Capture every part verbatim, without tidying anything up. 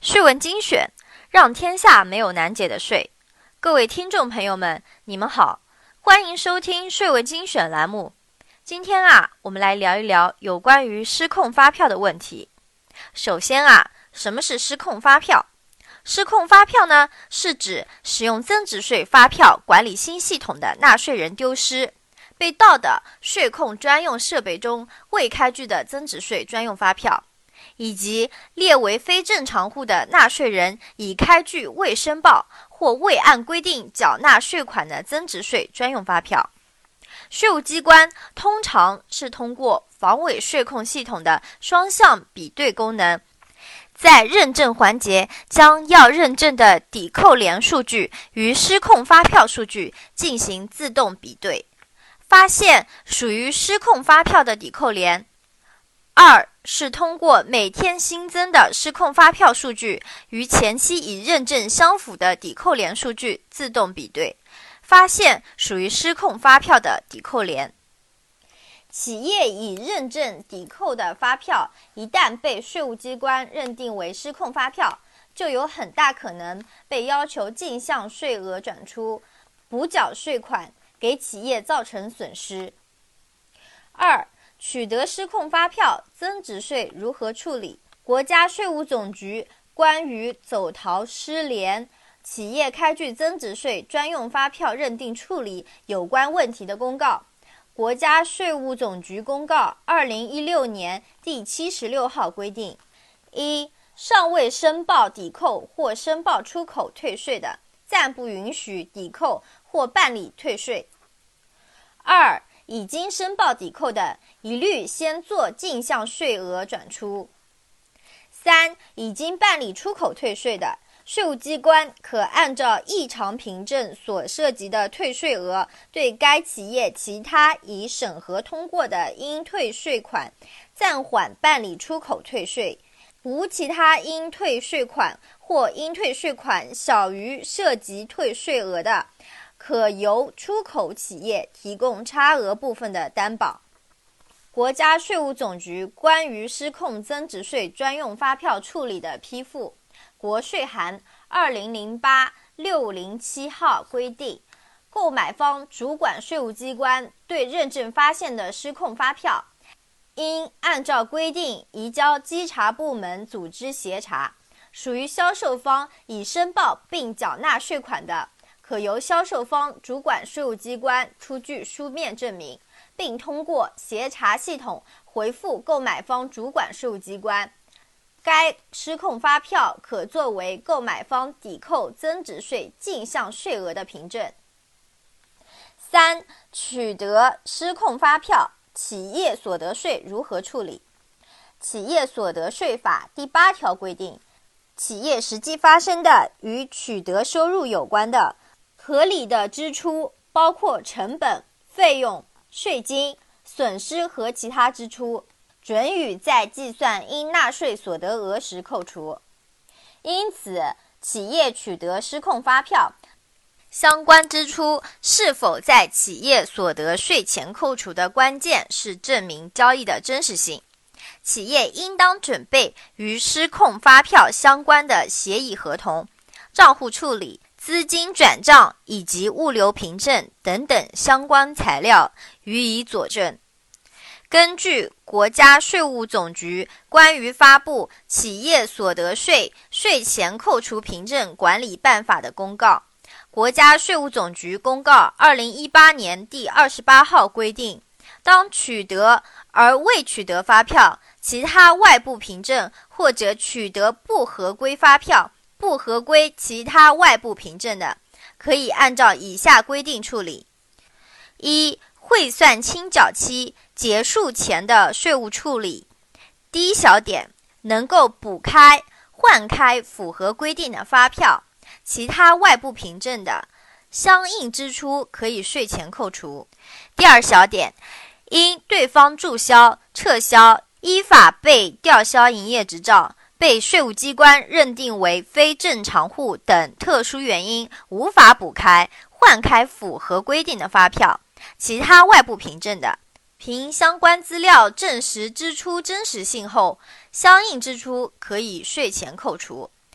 税文精选，让天下没有难解的税。各位听众朋友们，你们好，欢迎收听税文精选栏目。今天啊，我们来聊一聊有关于失控发票的问题。首先啊，什么是失控发票？失控发票呢，是指使用增值税发票管理新系统的纳税人丢失、被盗的税控专用设备中未开具的增值税专用发票，以及列为非正常户的纳税人已开具未申报或未按规定缴纳税款的增值税专用发票。税务机关通常是通过防伪税控系统的双向比对功能，在认证环节将要认证的抵扣联数据与失控发票数据进行自动比对，发现属于失控发票的抵扣联。二是通过每天新增的失控发票数据与前期已认证相符的抵扣联数据自动比对，发现属于失控发票的抵扣联。企业已认证抵扣的发票一旦被税务机关认定为失控发票，就有很大可能被要求进项税额转出，补缴税款，给企业造成损失。二、取得失控发票，增值税如何处理？国家税务总局关于走逃失联企业开具增值税专用发票认定处理有关问题的公告，国家税务总局公告二零一六年第七十六号规定：一、尚未申报抵扣或申报出口退税的，暂不允许抵扣或办理退税。二、已经申报抵扣的，一律先做进项税额转出。三、已经办理出口退税的，税务机关可按照异常凭证所涉及的退税额，对该企业其他已审核通过的应退税款暂缓办理出口退税，无其他应退税款或应退税款小于涉及退税额的，可由出口企业提供差额部分的担保。国家税务总局关于失控增值税专用发票处理的批复国税函二零零八六零七号规定，购买方主管税务机关对认证发现的失控发票，应按照规定移交稽查部门组织协查，属于销售方已申报并缴纳税款的，可由销售方主管税务机关出具书面证明，并通过协查系统回复购买方主管税务机关。该失控发票可作为购买方抵扣增值税进项税额的凭证。三、取得失控发票，企业所得税如何处理？企业所得税法第八条规定，企业实际发生的与取得收入有关的合理的支出，包括成本、费用、税金、损失和其他支出，准予在计算应纳税所得额时扣除。因此，企业取得失控发票，相关支出是否在企业所得税前扣除的关键是证明交易的真实性。企业应当准备与失控发票相关的协议合同、账户处理、资金转账以及物流凭证等等相关材料予以佐证。根据国家税务总局关于发布企业所得税税前扣除凭证管理办法的公告，国家税务总局公告二零一八年第二十八号规定，当取得而未取得发票、其他外部凭证或者取得不合规发票、不合规其他外部凭证的，可以按照以下规定处理：一、汇算清缴期结束前的税务处理。第一小点，能够补开、换开符合规定的发票、其他外部凭证的，相应支出可以税前扣除。第二小点，因对方注销、撤销、依法被吊销营业执照，被税务机关认定为非正常户等特殊原因无法补开、换开符合规定的发票、其他外部凭证的，凭相关资料证实支出真实性后，相应支出可以税前扣除。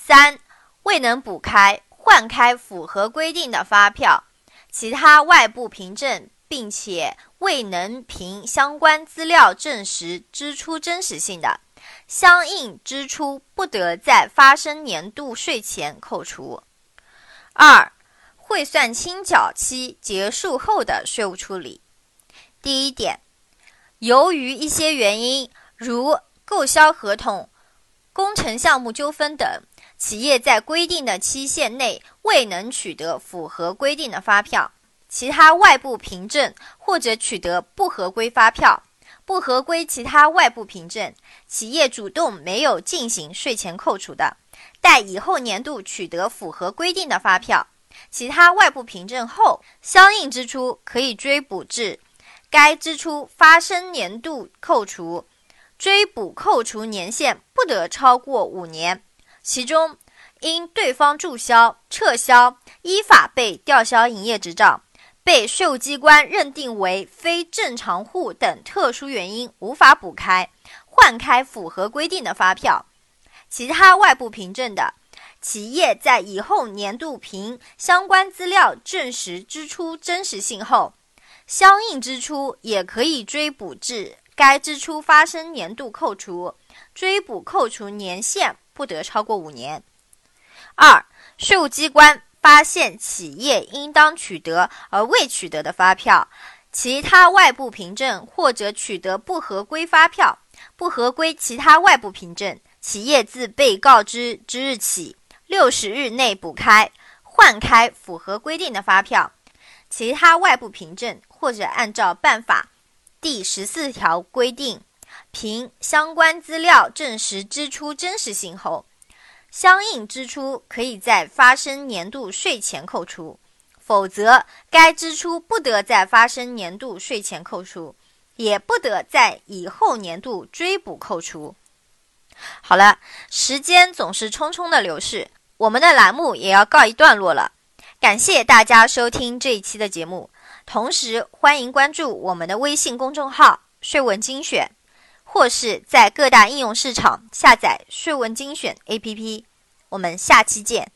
三、未能补开、换开符合规定的发票，其他外部凭证并且未能凭相关资料证实支出真实性的，相应支出不得在发生年度税前扣除。二、汇算清缴期结束后的税务处理。第一点，由于一些原因，如购销合同、工程项目纠纷等，企业在规定的期限内未能取得符合规定的发票，其他外部凭证或者取得不合规发票，不合规其他外部凭证，企业主动没有进行税前扣除的，待以后年度取得符合规定的发票，其他外部凭证后，相应支出可以追补至该支出发生年度扣除，追补扣除年限不得超过五年，其中因对方注销、撤销、依法被吊销营业执照，被税务机关认定为非正常户等特殊原因无法补开、换开符合规定的发票，其他外部凭证的，企业在以后年度凭相关资料证实支出真实性后，相应支出也可以追补至该支出发生年度扣除，追补扣除年限不得超过五年。二、税务机关发现企业应当取得而未取得的发票，其他外部凭证或者取得不合规发票、不合规其他外部凭证，企业自被告知之日起六十日内补开、换开符合规定的发票，其他外部凭证或者按照办法第十四条规定，凭相关资料证实支出真实性后，相应支出可以在发生年度税前扣除，否则该支出不得在发生年度税前扣除，也不得在以后年度追补扣除。好了，时间总是匆匆的流逝，我们的栏目也要告一段落了。感谢大家收听这一期的节目，同时欢迎关注我们的微信公众号税问精选，或是在各大应用市场下载税问精选 A P P。我们下期见。